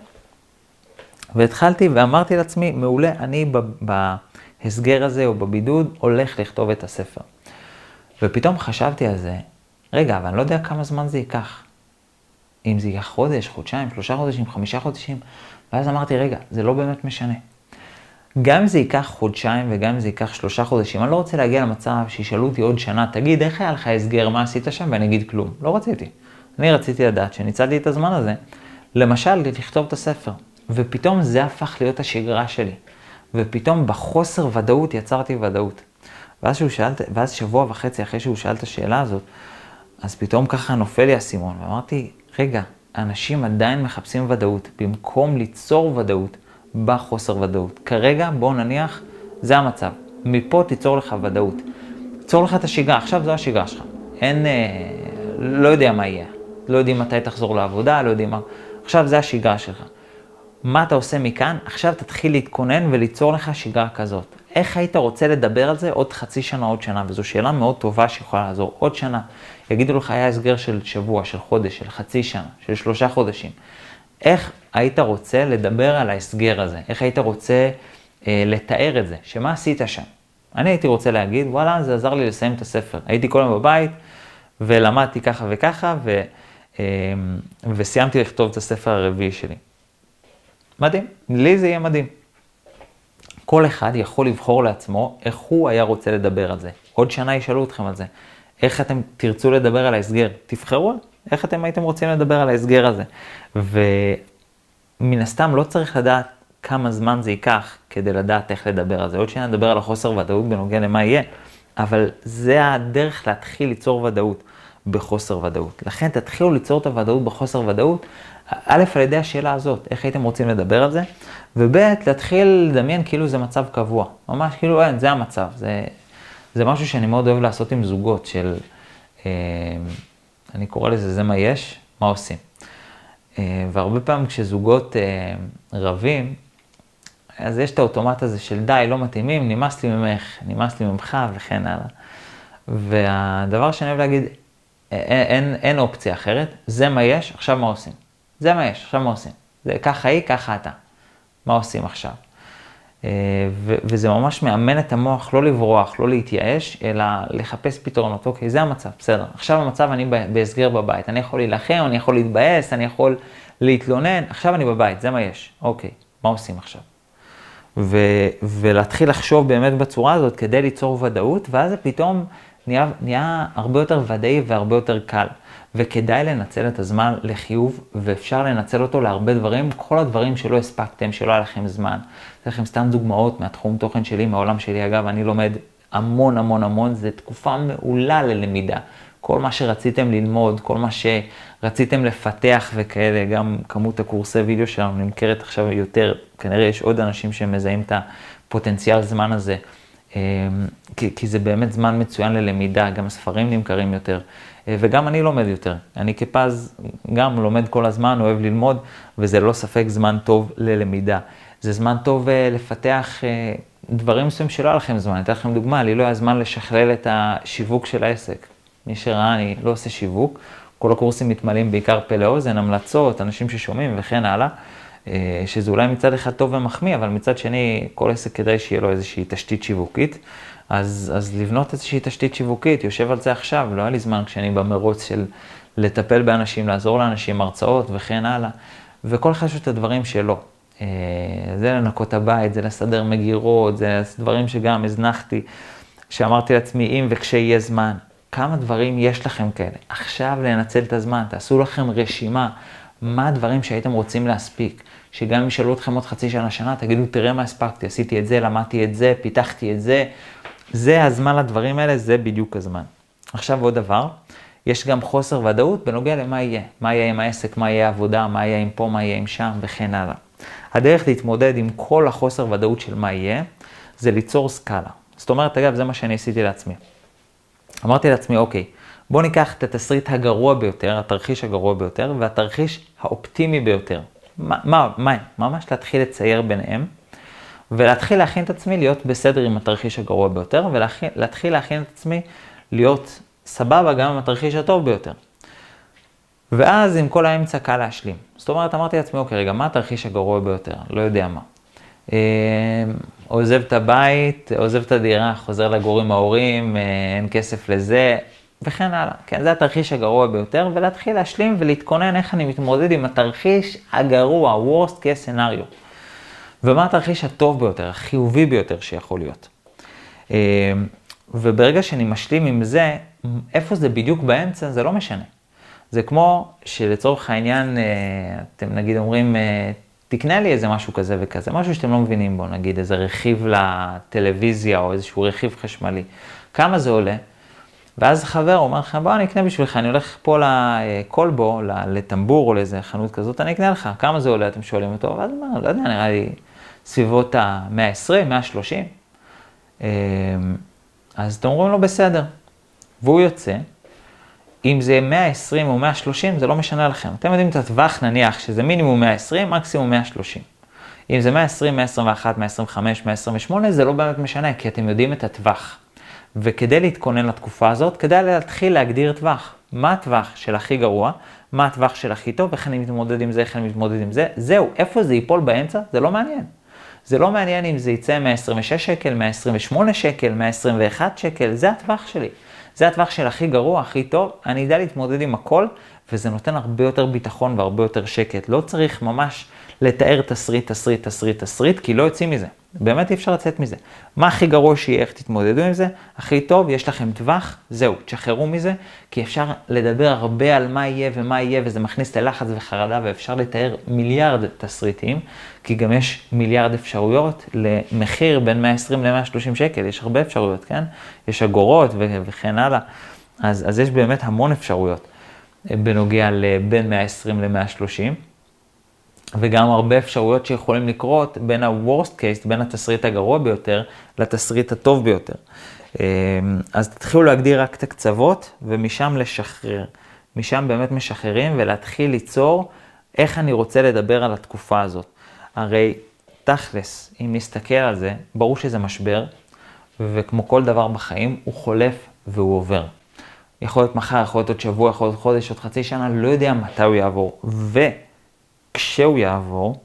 והתחלתי ואמרתי לעצמי, מעולה, אני בהסגר הזה או בבידוד הולך לכתוב את הספר. ופתאום חשבתי על זה, רגע, אבל אני לא יודע כמה זמן זה ייקח. אם זה ייקח חודש, חודשיים, שלושה חודשים, חמישה חודשים. ואז אמרתי, רגע, זה לא באמת משנה. גם אם זה ייקח חודשיים וגם אם זה ייקח שלושה חודשים, אני לא רוצה להגיע למצב שישאלו אותי עוד שנה, תגיד, איך היה לך הסגר, מה עשית שם? ואני אגיד כלום. לא רציתי. אני רציתי לדעת שניצלתי את הזמן הזה, למשל, לכתוב את הספר. ופתאום זה הפך להיות השגרה שלי. ופתאום בחוסר ודאות יצרתי ודאות. ואז, שהוא שאל, ואז שבוע וחצי אחרי שהוא שאל את השאלה הזאת, אז פתאום ככה נופל לי הסימון. ואמרתי, רגע, אנשים עדיין מחפשים ודאות, במקום ליצור ודאות בחוסר ודאות. כרגע בוא נניח, זה המצב. מפה תיצור לך ודאות. תיצור לך את השגרה, עכשיו זו השגרה שלך. אין, אה, לא יודע מה יהיה. לא יודעים מתי תחזור לעבודה, לא יודעים מה. עכשיו זה השגרה שלך. מה אתה עושה מכאן? עכשיו תתחיל להתכונן וליצור לך שגרה כזאת. איך היית רוצה לדבר על זה עוד חצי שנה, עוד שנה? וזו שאלה מאוד טובה שיכולה לעזור. עוד שנה. יגידו לך, היה הסגר של שבוע, של חודש, של חצי שנה, של שלושה חודשים. איך היית רוצה לדבר על ההסגר הזה? איך היית רוצה אה, לתאר את זה? שמה עשית שם? אני הייתי רוצה להגיד, וואלה, זה עזר לי לסיים את הספר. הייתי כל יום בבית ולמדתי ככה וככה, ו, אה, וסיימתי לכתוב את הספר הרביעי שלי. מדהים, לי זה יהיה מדהים. כל אחד יכול לבחור לעצמו איך הוא היה רוצה לדבר על זה. עוד שנה ישאלו אתכם על זה. איך אתם תרצו לדבר על ההסגר? תבחרו איך אתם הייתם רוצים לדבר על ההסגר הזה. ומן הסתם לא צריך לדעת כמה זמן זה ייקח כדי לדעת איך לדבר על זה. עוד שנה נדבר על החוסר ודאות בנוגע למה יהיה, אבל זה הדרך להתחיל ליצור ודאות בחוסר ודאות. לכן תתחילו ליצור את הוודאות בחוסר ודאות, א', על ידי השאלה הזאת, איך הייתם רוצים לדבר על זה, וב', להתחיל לדמיין כאילו זה מצב קבוע. ממש כאילו אין, זה המצב. זה, זה משהו שאני מאוד אוהב לעשות עם זוגות של, אה, אני קורא לזה, זה מה יש, מה עושים. אה, והרבה פעמים כשזוגות אה, רבים, אז יש את האוטומט הזה של די, לא מתאימים, נמאס לי ממך, נמאס לי ממך וכן הלאה. והדבר שאני אוהב להגיד, אין, אין, אין אופציה אחרת, זה מה יש, עכשיו מה עושים. זה מה יש, עכשיו מה עושים. זה ככה היא, ככה אתה. מה עושים עכשיו? ו- וזה ממש מאמן את המוח, לא לברוח, לא להתייאש, אלא לחפש פתרונות. אוקיי, זה המצב, בסדר. עכשיו המצב אני בהסגר בבית. אני יכול להילחם, אני יכול להתבאס, אני יכול להתלונן. עכשיו אני בבית, זה מה יש. אוקיי, מה עושים עכשיו? ו- ולהתחיל לחשוב באמת בצורה הזאת כדי ליצור ודאות, ואז זה פתאום נהיה, נהיה הרבה יותר ודאי והרבה יותר קל. וכדאי לנצל את הזמן לחיוב, ואפשר לנצל אותו להרבה דברים, כל הדברים שלא הספקתם, שלא היה לכם זמן. זה לכם סתם דוגמאות מהתחום תוכן שלי, מהעולם שלי. אגב, אני לומד המון המון המון, זה תקופה מעולה ללמידה. כל מה שרציתם ללמוד, כל מה שרציתם לפתח וכאלה, גם כמות הקורסי וידאו שלנו נמכרת עכשיו יותר. כנראה יש עוד אנשים שמזהים את הפוטנציאל זמן הזה, כי, כי זה באמת זמן מצוין ללמידה, גם הספרים נמכרים יותר. וגם אני לומד יותר. אני כפז גם לומד כל הזמן, אוהב ללמוד, וזה לא ספק זמן טוב ללמידה. זה זמן טוב לפתח דברים מסוים שלא היה לכם זמן. אני אתן לכם דוגמה, לי לא היה זמן לשכלל את השיווק של העסק. מי שראה, אני לא עושה שיווק. כל הקורסים מתמלאים בעיקר פה לאוזן, המלצות, אנשים ששומעים וכן הלאה. שזה אולי מצד אחד טוב ומחמיא, אבל מצד שני, כל עסק כדאי שיהיה לו איזושהי תשתית שיווקית. אז, אז לבנות איזושהי תשתית שיווקית, יושב על זה עכשיו, לא היה לי זמן כשאני במרוץ של לטפל באנשים, לעזור לאנשים, הרצאות וכן הלאה. וכל אחד יש את הדברים שלו. זה לנקות הבית, זה לסדר מגירות, זה דברים שגם הזנחתי, שאמרתי לעצמי, אם וכשיהיה זמן, כמה דברים יש לכם כאלה. עכשיו לנצל את הזמן, תעשו לכם רשימה, מה הדברים שהייתם רוצים להספיק, שגם אם ישאלו אתכם עוד חצי שנה, שנה, תגידו, תראה מה הספקתי, עשיתי את זה, למדתי את זה, פיתחתי את זה, זה הזמן לדברים האלה, זה בדיוק הזמן. עכשיו עוד דבר, יש גם חוסר ודאות בנוגע למה יהיה, מה יהיה עם העסק, מה יהיה העבודה, מה יהיה עם פה, מה יהיה עם שם וכן הלאה. הדרך להתמודד עם כל החוסר ודאות של מה יהיה, זה ליצור סקאלה. זאת אומרת, אגב, זה מה שאני עשיתי לעצמי. אמרתי לעצמי, אוקיי, בוא ניקח את התסריט הגרוע ביותר, התרחיש הגרוע ביותר, והתרחיש האופטימי ביותר. מה, מה, מה, ממש להתחיל לצייר ביניהם, ולהתחיל להכין את עצמי להיות בסדר עם התרחיש הגרוע ביותר, ולהתחיל להכין את עצמי להיות סבבה גם עם התרחיש הטוב ביותר. ואז עם כל האמצע קל להשלים. זאת אומרת, אמרתי לעצמי, אוקיי, רגע, מה התרחיש הגרוע ביותר? לא יודע מה. עוזב את הבית, עוזב את הדירה, חוזר לגור עם ההורים, אין כסף לזה, וכן הלאה. כן, זה התרחיש הגרוע ביותר, ולהתחיל להשלים ולהתכונן איך אני מתמודד עם התרחיש הגרוע, worst case scenario. ומה התרחיש הטוב ביותר, החיובי ביותר שיכול להיות. וברגע שאני משלים עם זה, איפה זה בדיוק באמצע, זה לא משנה. זה כמו שלצורך העניין, אתם נגיד אומרים, תקנה לי איזה משהו כזה וכזה, משהו שאתם לא מבינים בו, נגיד איזה רכיב לטלוויזיה או איזשהו רכיב חשמלי. כמה זה עולה? ואז חבר אומר לכם, בוא אני אקנה בשבילך, אני הולך פה לקולבו, לטמבור או לאיזה חנות כזאת, אני אקנה לך. כמה זה עולה? אתם שואלים אותו, ואז אומר, לא יודע, נראה לי סביבות ה-מאה ועשרים, מאה ושלושים. אז אתם אומרים לו בסדר. והוא יוצא, אם זה מאה ועשרים או מאה ושלושים, זה לא משנה לכם. אתם יודעים את הטווח, נניח שזה מינימום מאה ועשרים, מקסימום מאה ושלושים. אם זה מאה ועשרים, מאה עשרים ואחת, מאה עשרים וחמש, מאה עשרים ושמונה, זה לא באמת משנה, כי אתם יודעים את הטווח. וכדי להתכונן לתקופה הזאת, כדאי להתחיל להגדיר טווח. מה הטווח של הכי גרוע, מה הטווח של הכי טוב, איך אני מתמודד עם זה, איך אני מתמודד עם זה. זהו, איפה זה ייפול באמצע? זה לא מעניין. זה לא מעניין אם זה יצא מאה עשרים ושש שקל, מאה עשרים ושמונה שקל, מאה עשרים ואחת שקל, זה הטווח שלי. זה הטווח של הכי גרוע, הכי טוב, אני יודע להתמודד עם הכל, וזה נותן הרבה יותר ביטחון והרבה יותר שקט. לא צריך ממש לתאר תסריט, תסריט, תסריט, תסריט, כי לא יוצאים מזה. באמת אי אפשר לצאת מזה. מה הכי גרוע שיהיה, איך תתמודדו עם זה? הכי טוב, יש לכם טווח, זהו, תשחררו מזה, כי אפשר לדבר הרבה על מה יהיה ומה יהיה, וזה מכניס ללחץ וחרדה, ואפשר לתאר מיליארד תסריטים, כי גם יש מיליארד אפשרויות למחיר בין מאה ועשרים ל-מאה ושלושים שקל, יש הרבה אפשרויות, כן? יש אגורות ו- וכן הלאה. אז, אז יש באמת המון אפשרויות בנוגע לבין מאה ועשרים ל-מאה ושלושים. וגם הרבה אפשרויות שיכולים לקרות בין ה-worst case, בין התסריט הגרוע ביותר, לתסריט הטוב ביותר. אז תתחילו להגדיר רק את הקצוות, ומשם לשחרר. משם באמת משחררים, ולהתחיל ליצור איך אני רוצה לדבר על התקופה הזאת. הרי תכלס, אם נסתכל על זה, ברור שזה משבר, וכמו כל דבר בחיים, הוא חולף והוא עובר. יכול להיות מחר, יכול להיות עוד שבוע, יכול להיות חודש, עוד חצי שנה, לא יודע מתי הוא יעבור. ו... כשהוא יעבור,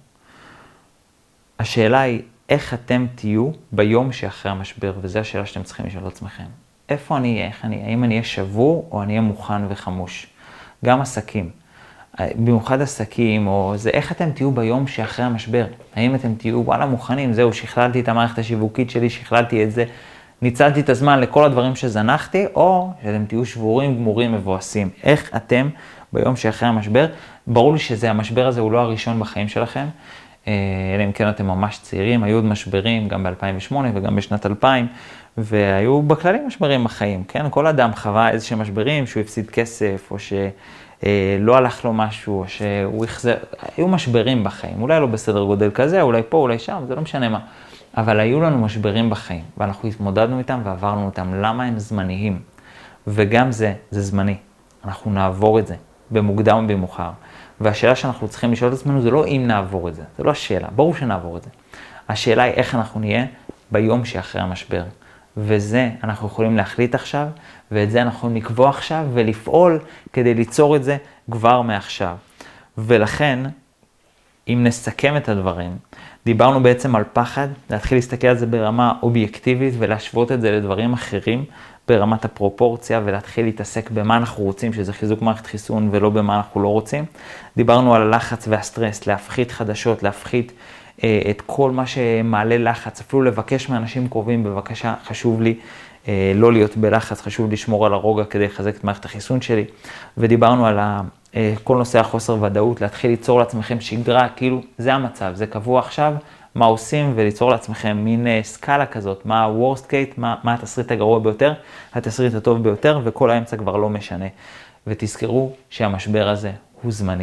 השאלה היא איך אתם תהיו ביום שאחרי המשבר, וזו השאלה שאתם צריכים לשאול את עצמכם. איפה אני אהיה? איך אני אהיה? האם אני אהיה שבור או אני אהיה מוכן וחמוש? גם עסקים. במיוחד עסקים, או זה איך אתם תהיו ביום שאחרי המשבר? האם אתם תהיו, וואלה, מוכנים? זהו, שכללתי את המערכת השיווקית שלי, שכללתי את זה, ניצלתי את הזמן לכל הדברים שזנחתי, או שאתם תהיו שבורים, גמורים, מבואסים. איך אתם ביום שאחרי המשבר? ברור לי שזה, המשבר הזה הוא לא הראשון בחיים שלכם, אלא אם כן אתם ממש צעירים, היו עוד משברים גם ב-אלפיים ושמונה וגם בשנת אלפיים, והיו בכללים משברים בחיים, כן? כל אדם חווה איזה שהם משברים, שהוא הפסיד כסף, או שלא הלך לו משהו, או שהוא יחזר, היו משברים בחיים, אולי לא בסדר גודל כזה, אולי פה, אולי שם, זה לא משנה מה. אבל היו לנו משברים בחיים, ואנחנו התמודדנו איתם ועברנו אותם. למה הם זמניים? וגם זה, זה זמני. אנחנו נעבור את זה, במוקדם ובמאוחר. והשאלה שאנחנו צריכים לשאול את עצמנו, זה לא אם נעבור את זה. זה לא השאלה, ברור שנעבור את זה. השאלה היא איך אנחנו נהיה ביום שאחרי המשבר. וזה אנחנו יכולים להחליט עכשיו, ואת זה אנחנו יכולים לקבוע עכשיו, ולפעול כדי ליצור את זה כבר מעכשיו. ולכן, אם נסכם את הדברים, דיברנו בעצם על פחד, להתחיל להסתכל על זה ברמה אובייקטיבית ולהשוות את זה לדברים אחרים ברמת הפרופורציה ולהתחיל להתעסק במה אנחנו רוצים, שזה חיזוק מערכת חיסון ולא במה אנחנו לא רוצים. דיברנו על הלחץ והסטרס, להפחית חדשות, להפחית אה, את כל מה שמעלה לחץ, אפילו לבקש מאנשים קרובים, בבקשה, חשוב לי אה, לא להיות בלחץ, חשוב לשמור על הרוגע כדי לחזק את מערכת החיסון שלי. ודיברנו על ה... כל נושא החוסר ודאות, להתחיל ליצור לעצמכם שגרה, כאילו זה המצב, זה קבוע עכשיו, מה עושים, וליצור לעצמכם מין סקאלה כזאת, מה ה-worst case, מה, מה התסריט הגרוע ביותר, התסריט הטוב ביותר, וכל האמצע כבר לא משנה. ותזכרו שהמשבר הזה הוא זמני.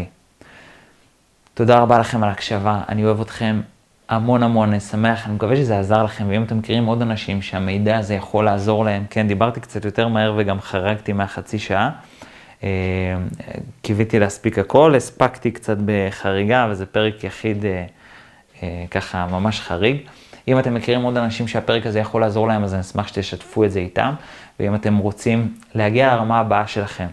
תודה רבה לכם על הקשבה, אני אוהב אתכם המון המון, אני שמח, אני מקווה שזה עזר לכם, ואם אתם מכירים עוד אנשים שהמידע הזה יכול לעזור להם, כן, דיברתי קצת יותר מהר וגם חרגתי מהחצי שעה, קיוויתי להספיק הכל, הספקתי קצת בחריגה, וזה פרק יחיד ככה ממש חריג. אם אתם מכירים עוד אנשים שהפרק הזה יכול לעזור להם, אז אני אשמח שתשתפו את זה איתם. ואם אתם רוצים להגיע לרמה הבאה שלכם,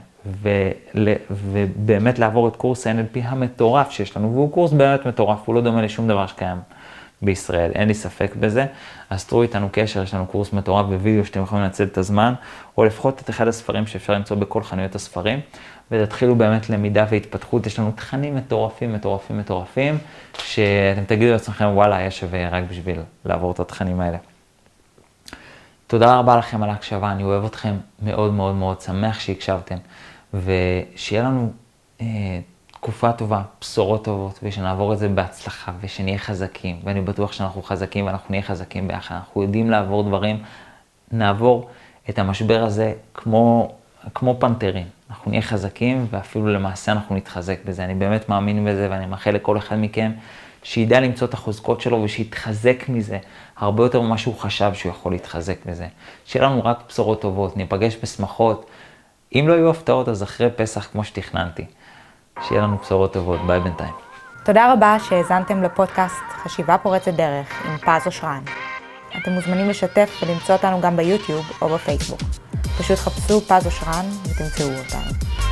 ובאמת לעבור את קורס ה-אן אל פי המטורף שיש לנו, והוא קורס באמת מטורף, הוא לא דומה לשום דבר שקיים בישראל, אין לי ספק בזה, אז תראו איתנו קשר, יש לנו קורס מטורף בווידאו שאתם יכולים לנצל את הזמן, או לפחות את אחד הספרים שאפשר למצוא בכל חנויות הספרים, ותתחילו באמת למידה והתפתחות, יש לנו תכנים מטורפים, מטורפים, מטורפים, שאתם תגידו לעצמכם, וואלה, היה שווה רק בשביל לעבור את התכנים האלה. תודה רבה לכם על ההקשבה, אני אוהב אתכם מאוד מאוד מאוד, שמח שהקשבתם, ושיהיה לנו אה, תקופה טובה, בשורות טובות, ושנעבור את זה בהצלחה, ושנהיה חזקים, ואני בטוח שאנחנו חזקים, ואנחנו נהיה חזקים ביחד, אנחנו יודעים לעבור דברים, נעבור את המשבר הזה כמו, כמו פנתרים, אנחנו נהיה חזקים, ואפילו למעשה אנחנו נתחזק בזה, אני באמת מאמין בזה, ואני מאחל לכל אחד מכם, שידע למצוא את החוזקות שלו, ושיתחזק מזה, הרבה יותר ממה שהוא חשב שהוא יכול להתחזק בזה. שיהיה לנו רק בשורות טובות, ניפגש בשמחות, אם לא יהיו הפתעות, אז אחרי פסח כמו שתכננתי. שיהיה לנו בשורות טובות, ביי בינתיים. תודה רבה שהאזנתם לפודקאסט חשיבה פורצת דרך עם פז אושרן. אתם מוזמנים לשתף ולמצוא אותנו גם ביוטיוב או בפייסבוק. פשוט חפשו פז אושרן ותמצאו אותנו.